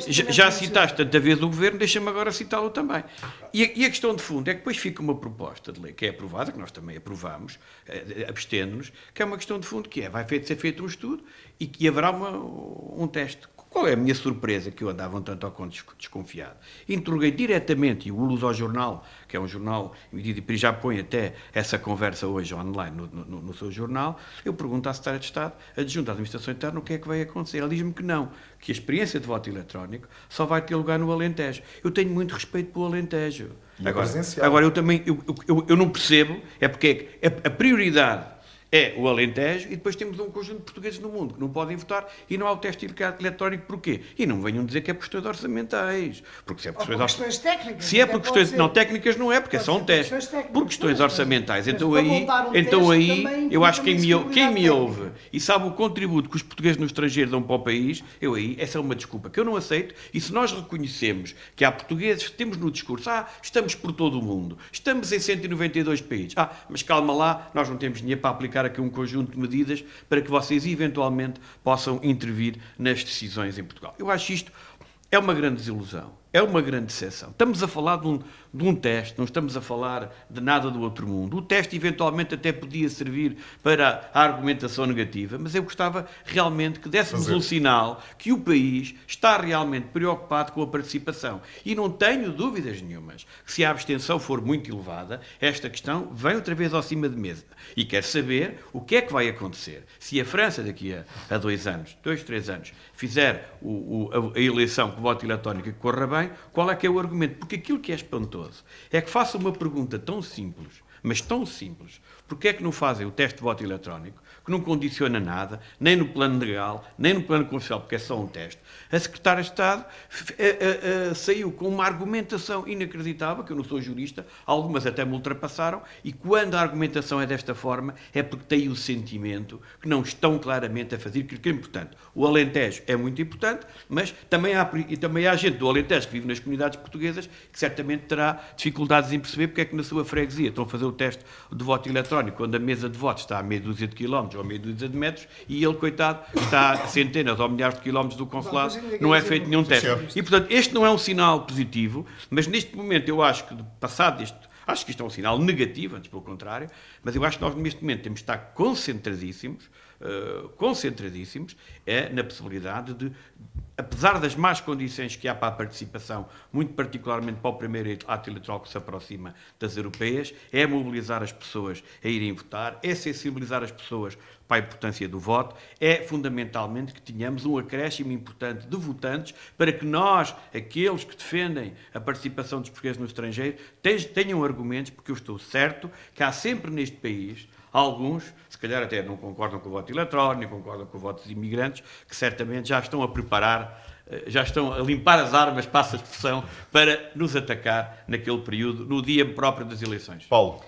Já citaste tanta vez o governo, deixa-me agora citá-lo também. E a, e a questão de fundo é que depois fica uma proposta de lei que é aprovada, que nós também aprovamos, abstendo-nos, que é uma questão de fundo, que é, vai ser feito um estudo e que haverá uma, um teste. Qual é a minha surpresa, que eu andava um tanto ao conto desconfiado? Interroguei diretamente, e o Luso-Jornal, que é um jornal, e já põe até essa conversa hoje online no, no, no seu jornal, eu pergunto à Secretária de Estado, adjunta à Administração Interna, o que é que vai acontecer? Ela diz-me que não, que a experiência de voto eletrónico só vai ter lugar no Alentejo. Eu tenho muito respeito pelo Alentejo. Agora, agora eu também, eu, eu, eu não percebo, é porque a, a prioridade é o Alentejo e depois temos um conjunto de portugueses no mundo que não podem votar e não há o teste eletrónico. Porquê? E não venham dizer que é por questões orçamentais. Porque se é por questões, por questões técnicas. Se é por questões... Não, técnicas não é, porque é só um teste. Por questões orçamentais. Então aí, então aí eu acho que quem me, quem me ouve e sabe o contributo que os portugueses no estrangeiro dão para o país, eu aí, essa é uma desculpa que eu não aceito. E se nós reconhecemos que há portugueses, temos no discurso, ah, estamos por todo o mundo, estamos em cento e noventa e dois países. Ah, mas calma lá, nós não temos dinheiro para aplicar aqui um conjunto de medidas para que vocês eventualmente possam intervir nas decisões em Portugal. Eu acho isto é uma grande desilusão, é uma grande decepção. Estamos a falar de um, de um teste, não estamos a falar de nada do outro mundo. O teste eventualmente até podia servir para a argumentação negativa, mas eu gostava realmente que dessemos um sinal que o país está realmente preocupado com a participação. E não tenho dúvidas nenhumas que se a abstenção for muito elevada, esta questão vem outra vez ao cima de mesa. E quero saber o que é que vai acontecer. Se a França daqui a, a dois anos, dois, três anos, fizer o, o, a, a eleição com o voto eletrónico que corra bem, qual é que é o argumento? Porque aquilo que é espantoso é que faça uma pergunta tão simples, mas tão simples, porque é que não fazem o teste de voto eletrónico, que não condiciona nada, nem no plano legal, nem no plano constitucional, porque é só um teste. A Secretária de Estado a, a, a, saiu com uma argumentação inacreditável, que eu não sou jurista, algumas até me ultrapassaram, e quando a argumentação é desta forma, é porque tem o sentimento que não estão claramente a fazer aquilo que é importante. O Alentejo é muito importante, mas também há, e também há gente do Alentejo que vive nas comunidades portuguesas que certamente terá dificuldades em perceber porque é que na sua freguesia estão a fazer o teste de voto eletrónico, quando a mesa de votos está a meia dúzia de quilómetros ou meia dúzia de metros, e ele, coitado, está a centenas ou milhares de quilómetros do consulado, não é feito nenhum teste. E, portanto, este não é um sinal positivo, mas neste momento eu acho que, passado isto, acho que isto é um sinal negativo, antes pelo contrário, mas eu acho que nós neste momento temos de estar concentradíssimos, uh, concentradíssimos, é na possibilidade de, apesar das más condições que há para a participação, muito particularmente para o primeiro ato eleitoral que se aproxima das europeias, é mobilizar as pessoas a irem votar, é sensibilizar as pessoas para a importância do voto, é fundamentalmente que tenhamos um acréscimo importante de votantes para que nós, aqueles que defendem a participação dos portugueses no estrangeiro, tenham argumentos, porque eu estou certo que há sempre neste país alguns, se calhar até não concordam com o voto eletrónico, concordam com o voto dos imigrantes, que certamente já estão a preparar, já estão a limpar as armas, passa a expressão, para nos atacar naquele período, no dia próprio das eleições. Paulo.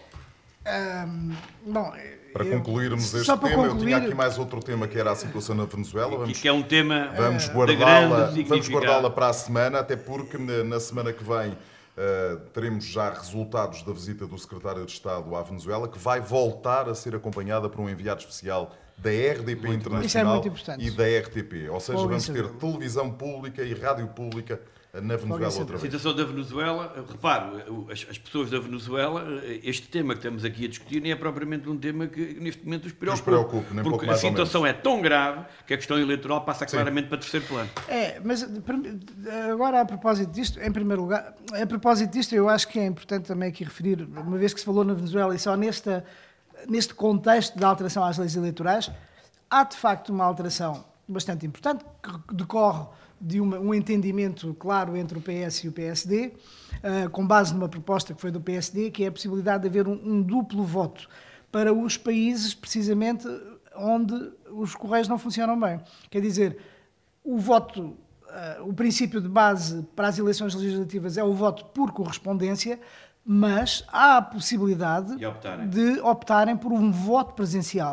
Um, bom, para eu, concluirmos este tema, concluir... eu tinha aqui mais outro tema que era a situação na Venezuela. Vamos, que é um tema vamos guardá-la, vamos guardá-la para a semana, até porque na semana que vem uh, teremos já resultados da visita do Secretário de Estado à Venezuela, que vai voltar a ser acompanhada por um enviado especial da R D P muito Internacional é e da R T P. Ou seja, Vou vamos ter televisão pública e rádio pública na Venezuela outra vez. A situação da Venezuela, reparo, as, as pessoas da Venezuela, este tema que estamos aqui a discutir nem é propriamente um tema que neste momento os preocupa. Os preocupa, nem porque pouco mais a situação é tão grave que a questão eleitoral passa Sim. claramente para terceiro plano. É, mas agora a propósito disto, em primeiro lugar, a propósito disto eu acho que é importante também aqui referir, uma vez que se falou na Venezuela e só nesta, neste contexto da alteração às leis eleitorais, há de facto uma alteração bastante importante que decorre de uma, um entendimento claro entre o P S e o P S D, uh, com base numa proposta que foi do P S D, que é a possibilidade de haver um, um duplo voto para os países, precisamente, onde os correios não funcionam bem. Quer dizer, o voto, uh, o princípio de base para as eleições legislativas é o voto por correspondência, mas há a possibilidade optarem. de optarem por um voto presencial,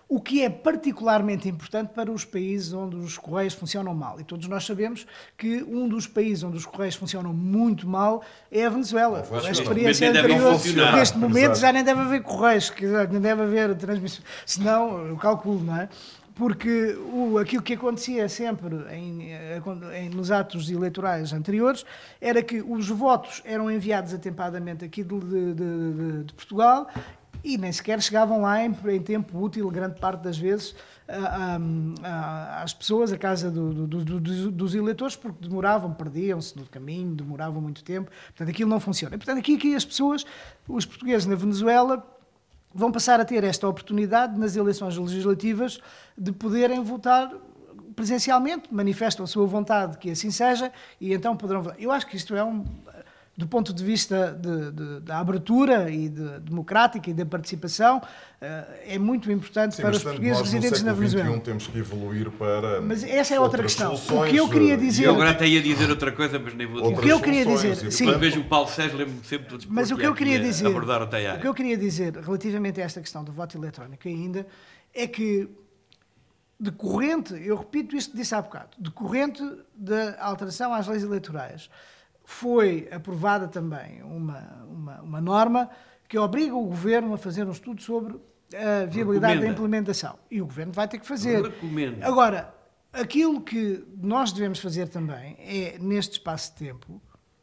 o que é particularmente importante para os países onde os Correios funcionam mal. E todos nós sabemos que um dos países onde os Correios funcionam muito mal é a Venezuela. A experiência anterior, neste momento, Exato. já nem deve haver Correios, nem deve haver transmissão. Senão, eu calculo, não é? Porque o, aquilo que acontecia sempre em, em, nos atos eleitorais anteriores era que os votos eram enviados atempadamente aqui de, de, de, de Portugal e nem sequer chegavam lá em, em tempo útil, grande parte das vezes, a, a, às pessoas, à casa do, do, do, do, dos eleitores, porque demoravam, perdiam-se no caminho, demoravam muito tempo. Portanto, aquilo não funciona. E, portanto, aqui, aqui as pessoas, os portugueses na Venezuela, vão passar a ter esta oportunidade nas eleições legislativas de poderem votar presencialmente, manifestam a sua vontade que assim seja e então poderão votar. Eu acho que isto é um, do ponto de vista de, de, da abertura e de, democrática e da participação, é muito importante Sim, para os portugueses residentes na Venezuela. vinte e um temos que evoluir para Mas essa é outra questão. O que eu queria dizer... Eu agora até ia dizer outra coisa, mas nem vou dizer. O que eu queria dizer... Sim. Quando vejo o Paulo Sérgio, lembro-me sempre do desporto. Mas o que eu queria dizer... Abordar o, o que eu queria dizer, relativamente a esta questão do voto eletrónico ainda, é que decorrente, eu repito isto que disse há bocado, decorrente da alteração às leis eleitorais, foi aprovada também uma, uma, uma norma que obriga o Governo a fazer um estudo sobre a viabilidade Recomenda. da implementação. E o Governo vai ter que fazer. Recomenda. Agora, aquilo que nós devemos fazer também é, neste espaço de tempo,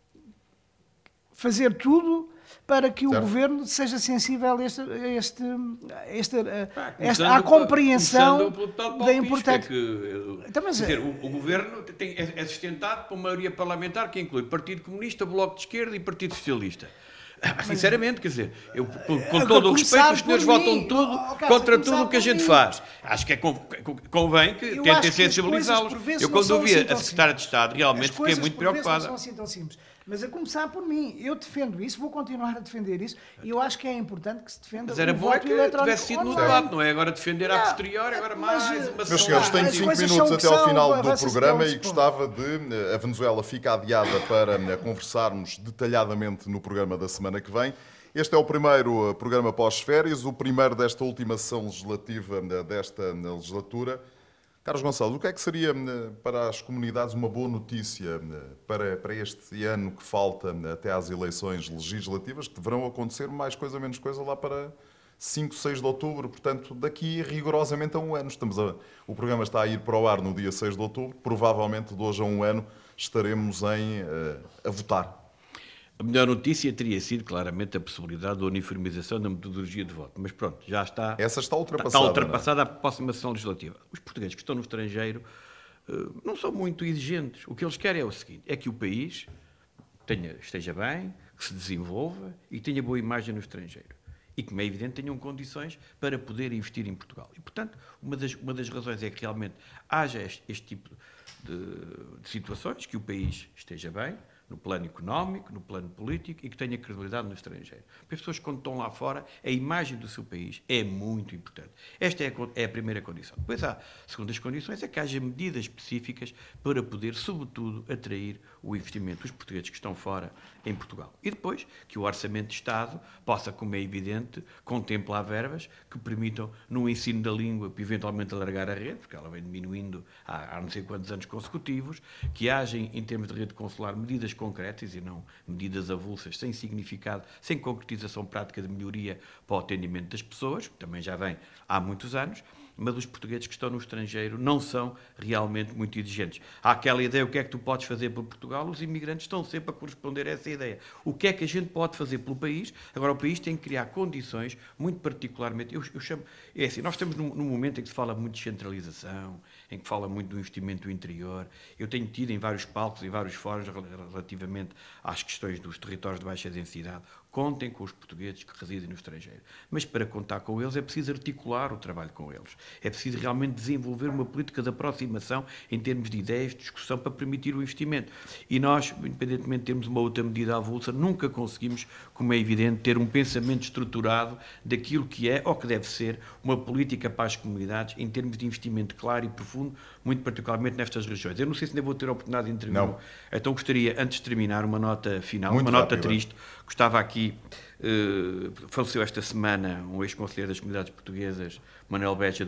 fazer tudo para que certo. o Governo seja sensível a este, a este, a este, a esta, à compreensão da importância. Que, então, mas, dizer, o, o Governo tem, é, é sustentado por uma maioria parlamentar que inclui Partido Comunista, Bloco de Esquerda e Partido Socialista. Mas, sinceramente, quer dizer, eu, com, com todo o respeito, os senhores votam tudo oh, Carlos, contra tudo o que a gente mim. faz. Acho que é, convém que eu tentem sensibilizá-los. Eu, quando ouvi assim a Secretária de Estado, realmente fiquei muito preocupada. Não são assim tão simples. Mas a começar por mim, eu defendo isso, vou continuar a defender isso, e eu acho que é importante que se defenda mas era o bom voto é que tivesse sido no debate, não é agora defender a posteriori, agora mais mas, uma Meus senhores, tenho cinco minutos até ao final do programa e gostava de... A Venezuela fica adiada para conversarmos detalhadamente no programa da semana que vem. Este é o primeiro programa pós-férias, o primeiro desta última sessão legislativa desta legislatura. Carlos Gonçalves, o que é que seria para as comunidades uma boa notícia para, para este ano que falta até às eleições legislativas, que deverão acontecer mais coisa menos coisa lá para cinco, seis de outubro, portanto, daqui rigorosamente a um ano. Estamos a, o programa está a ir para o ar no dia seis de outubro, provavelmente de hoje a um ano estaremos em, a votar. A melhor notícia teria sido, claramente, a possibilidade da uniformização da metodologia de voto. Mas pronto, já está... Essa está ultrapassada. Está ultrapassada a próxima sessão legislativa. Os portugueses que estão no estrangeiro uh, não são muito exigentes. O que eles querem é o seguinte, é que o país tenha, esteja bem, que se desenvolva e tenha boa imagem no estrangeiro. E, como é evidente, tenham condições para poder investir em Portugal. E, portanto, uma das, uma das razões é que realmente haja este, este tipo de, de situações, que o país esteja bem, no plano económico, no plano político e que tenha credibilidade no estrangeiro. Porque as pessoas, quando estão lá fora, a imagem do seu país é muito importante. Esta é a, é a primeira condição. Depois há segundas condições, é que haja medidas específicas para poder, sobretudo, atrair o investimento dos portugueses que estão fora em Portugal. E depois, que o Orçamento de Estado possa, como é evidente, contemplar verbas que permitam, no ensino da língua, eventualmente alargar a rede, porque ela vem diminuindo há, há não sei quantos anos consecutivos, que haja, em termos de rede consular, medidas concretas e não medidas avulsas, sem significado, sem concretização prática de melhoria para o atendimento das pessoas, que também já vem há muitos anos, mas os portugueses que estão no estrangeiro não são realmente muito exigentes. Há aquela ideia, o que é que tu podes fazer por Portugal? Os imigrantes estão sempre a corresponder a essa ideia. O que é que a gente pode fazer pelo país? Agora, o país tem que criar condições, muito particularmente, eu, eu chamo, é assim, nós estamos num, num momento em que se fala muito de centralização, em que fala muito do investimento interior. Eu tenho tido em vários palcos, em vários fóruns, relativamente às questões dos territórios de baixa densidade. Contem com os portugueses que residem no estrangeiro. Mas para contar com eles é preciso articular o trabalho com eles. É preciso realmente desenvolver uma política de aproximação em termos de ideias, de discussão, para permitir o investimento. E nós, independentemente de termos uma outra medida avulsa, nunca conseguimos, como é evidente, ter um pensamento estruturado daquilo que é ou que deve ser uma política para as comunidades em termos de investimento claro e profundo, muito particularmente nestas regiões. Eu não sei se ainda vou ter a oportunidade de intervir. Não. Então gostaria, antes de terminar, uma nota final, muito uma rápido, nota triste. Gostava aqui Uh, faleceu esta semana um ex-conselheiro das comunidades portuguesas, Manuel Beja, de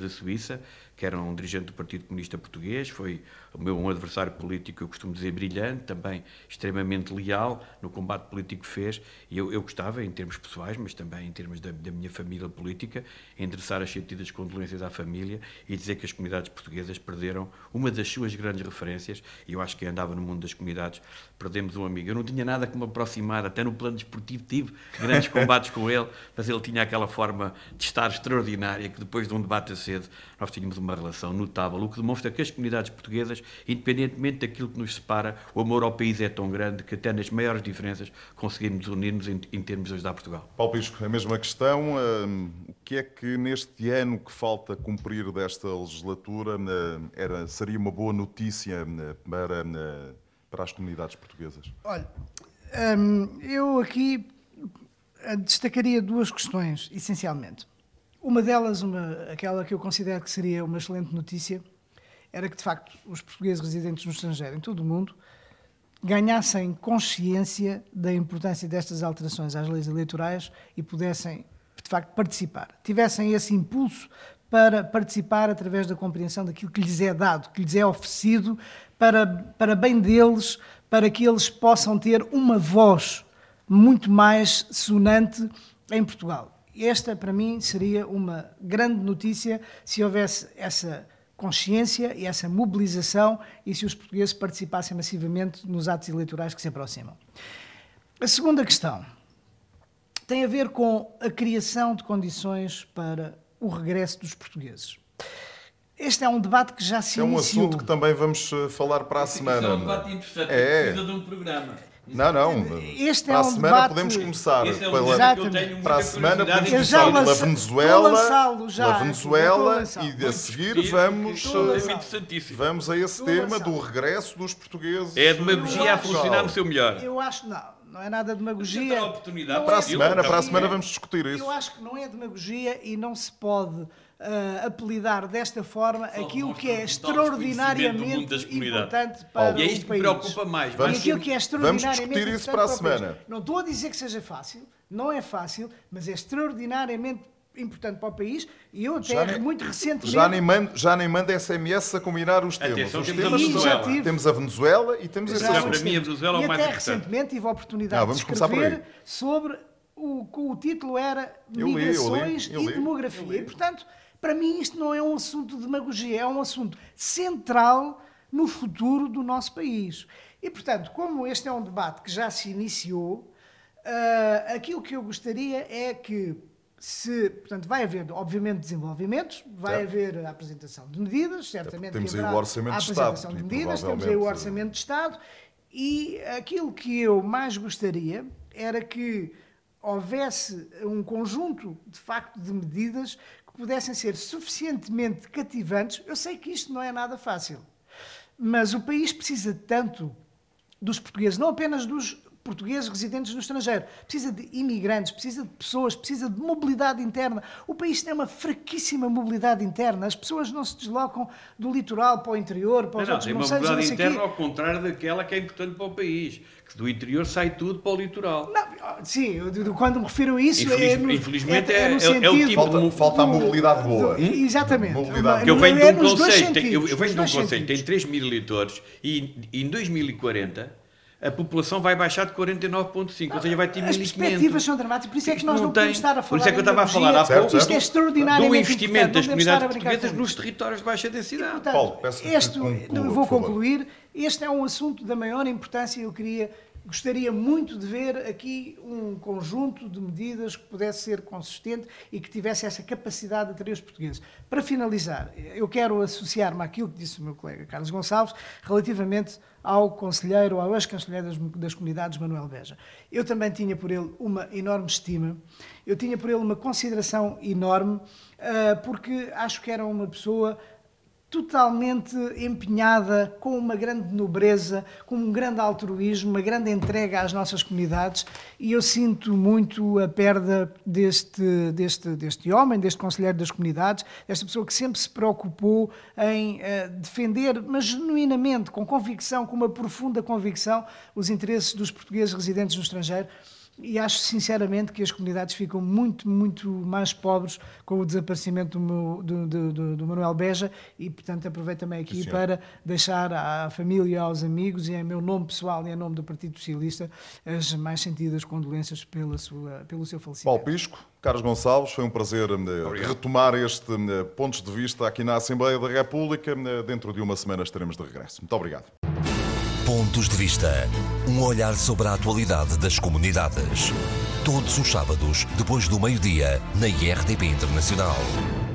da Suíça, que era um dirigente do Partido Comunista Português, foi o meu um adversário político, eu costumo dizer brilhante, também extremamente leal no combate político que fez, e eu, eu gostava, em termos pessoais, mas também em termos da, da minha família política, endereçar as sentidas condolências à família e dizer que as comunidades portuguesas perderam uma das suas grandes referências, e eu acho que andava no mundo das comunidades, perdemos um amigo. Eu não tinha nada que me aproximar, até no plano desportivo tive grandes combates com ele, mas ele tinha aquela forma de estar extraordinária, que depois de um debate aceso, nós tínhamos uma relação notável, o que demonstra que as comunidades portuguesas, independentemente daquilo que nos separa, o amor ao país é tão grande que até nas maiores diferenças conseguimos unir-nos em, em termos de ajudar Portugal. Paulo Pisco, a mesma questão. Uh, o que é que neste ano que falta cumprir desta legislatura uh, era, seria uma boa notícia uh, para, uh, para as comunidades portuguesas? Olha, hum, eu aqui destacaria duas questões, essencialmente. Uma delas, uma, aquela que eu considero que seria uma excelente notícia, era que, de facto, os portugueses residentes no estrangeiro, em todo o mundo, ganhassem consciência da importância destas alterações às leis eleitorais e pudessem, de facto, participar. Tivessem esse impulso para participar através da compreensão daquilo que lhes é dado, que lhes é oferecido, para, para bem deles, para que eles possam ter uma voz muito mais sonante em Portugal. Esta, para mim, seria uma grande notícia se houvesse essa consciência e essa mobilização e se os portugueses participassem massivamente nos atos eleitorais que se aproximam. A segunda questão tem a ver com a criação de condições para o regresso dos portugueses. Este é um debate que já se é um iniciou. assunto que também vamos falar para a semana. É um debate interessante, é. precisa de um programa. Não, não. Este para é a um semana debate... podemos começar. Esse é um pela... debate que eu tenho muita Para a semana podemos curiosidade. começar pela lança- Venezuela, estou a lançá-lo já, pela estou a Venezuela lançá-lo. e a Vamos seguir discutir, vamos, porque isto é lançá-lo. interessantíssimo. vamos a esse Estou a tema lançá-lo. do regresso dos portugueses. É a demagogia a Portugal. funcionar no seu melhor. Eu acho, não, não é nada de Mas demagogia. terá oportunidade Não Para a é semana, para a demagogia. semana vamos discutir isso. Eu acho que não é demagogia e não se pode ah, apelidar desta forma Só aquilo demonstra que é um total desconhecimento do mundo extraordinariamente das comunidades. importante para E é o isto que país. me preocupa mais. Vamos- mais Aquilo que é vamos extraordinariamente discutir isso importante para a o país. semana. Não estou a dizer que seja fácil, não é fácil, mas é extraordinariamente importante para o país e eu até Já nem- muito recentemente... Já nem, manda, já nem manda S M S a combinar os temas. Atenção, Os temos a temas Venezuela. são- temos a Venezuela e temos esse Já, assunto. para mim, a Venezuela é o e mais até importante. recentemente tive a oportunidade Ah, de vamos começar por escrever aí. sobre o, o título era Eu li, eu li, Migrações eu e li. Demografia. E, portanto, para mim isto não é um assunto de demagogia, é um assunto central no futuro do nosso país. E, portanto, como este é um debate que já se iniciou, ah, aquilo que eu gostaria é que se, portanto, vai haver, obviamente, desenvolvimentos, vai Certo. haver a apresentação de medidas, certamente temos que aí o haverá Orçamento a de apresentação Estado, de e medidas, temos aí o provavelmente- Orçamento de Estado, e aquilo que eu mais gostaria era que houvesse um conjunto, de facto, de medidas que pudessem ser suficientemente cativantes. Eu sei que isto não é nada fácil, mas o país precisa tanto dos portugueses, não apenas dos portugueses residentes no estrangeiro, precisa de imigrantes, precisa de pessoas, precisa de mobilidade interna. O país tem uma fraquíssima mobilidade interna, as pessoas não se deslocam do litoral para o interior, para os Não, não, outros tem uma concelhos, não mobilidade sei interna quê. ao contrário daquela que é importante para o país. Que do interior sai tudo para o litoral. Não, sim, eu, eu, quando me refiro a isso Infeliz- é no, infelizmente é- no é o sentido tipo de Falta, mo- falta a mobilidade boa. do- exatamente. Mobilidade. Que eu Não venho de é um nos dois conceito, tem- eu, sentidos, eu venho nos de um dois conceito, tem sentidos. três mil eleitores e em dois mil e quarenta a população vai baixar de quarenta e nove vírgula cinco, ou seja, vai ter As mil e perspectivas quinhentos. são dramáticas, por isso é que Isto nós não, tem- podemos estar a falar Por isso é que eu em estava a falar há demagogia. pouco Certo, Isto é certo. extraordinariamente do investimento importante, das não podemos estar a comunidades brincar portuguesas com nos isto. territórios de baixa densidade. Portanto, Paulo, peço que este, conclua, eu por vou favor. concluir. Este é um assunto da maior importância. Eu queria, gostaria muito de ver aqui um conjunto de medidas que pudesse ser consistente e que tivesse essa capacidade de atrair os portugueses. Para finalizar, eu quero associar-me àquilo que disse o meu colega Carlos Gonçalves relativamente ao conselheiro, ao ex-conselheiro das, das comunidades, Manuel Beja. Eu também tinha por ele uma enorme estima, eu tinha por ele uma consideração enorme, ah, porque acho que era uma pessoa totalmente empenhada, com uma grande nobreza, com um grande altruísmo, uma grande entrega às nossas comunidades, e eu sinto muito a perda deste, deste, deste homem, deste conselheiro das comunidades, desta pessoa que sempre se preocupou em uh, defender, mas genuinamente, com convicção, com uma profunda convicção, os interesses dos portugueses residentes no estrangeiro. e acho sinceramente que as comunidades ficam muito, muito mais pobres com o desaparecimento do, meu, do, do, do, do Manuel Beja e, portanto, aproveito também aqui Sim, para deixar à família, aos amigos e em meu nome pessoal e em nome do Partido Socialista as mais sentidas condolências pela sua, pelo seu falecimento. Paulo Pisco, Carlos Gonçalves, foi um prazer Obrigado. retomar este pontos de vista aqui na Assembleia da República. Dentro de uma semana estaremos de regresso. Muito obrigado. Pontos de Vista. Um olhar sobre a atualidade das comunidades. Todos os sábados, depois do meio-dia, na I R T P Internacional.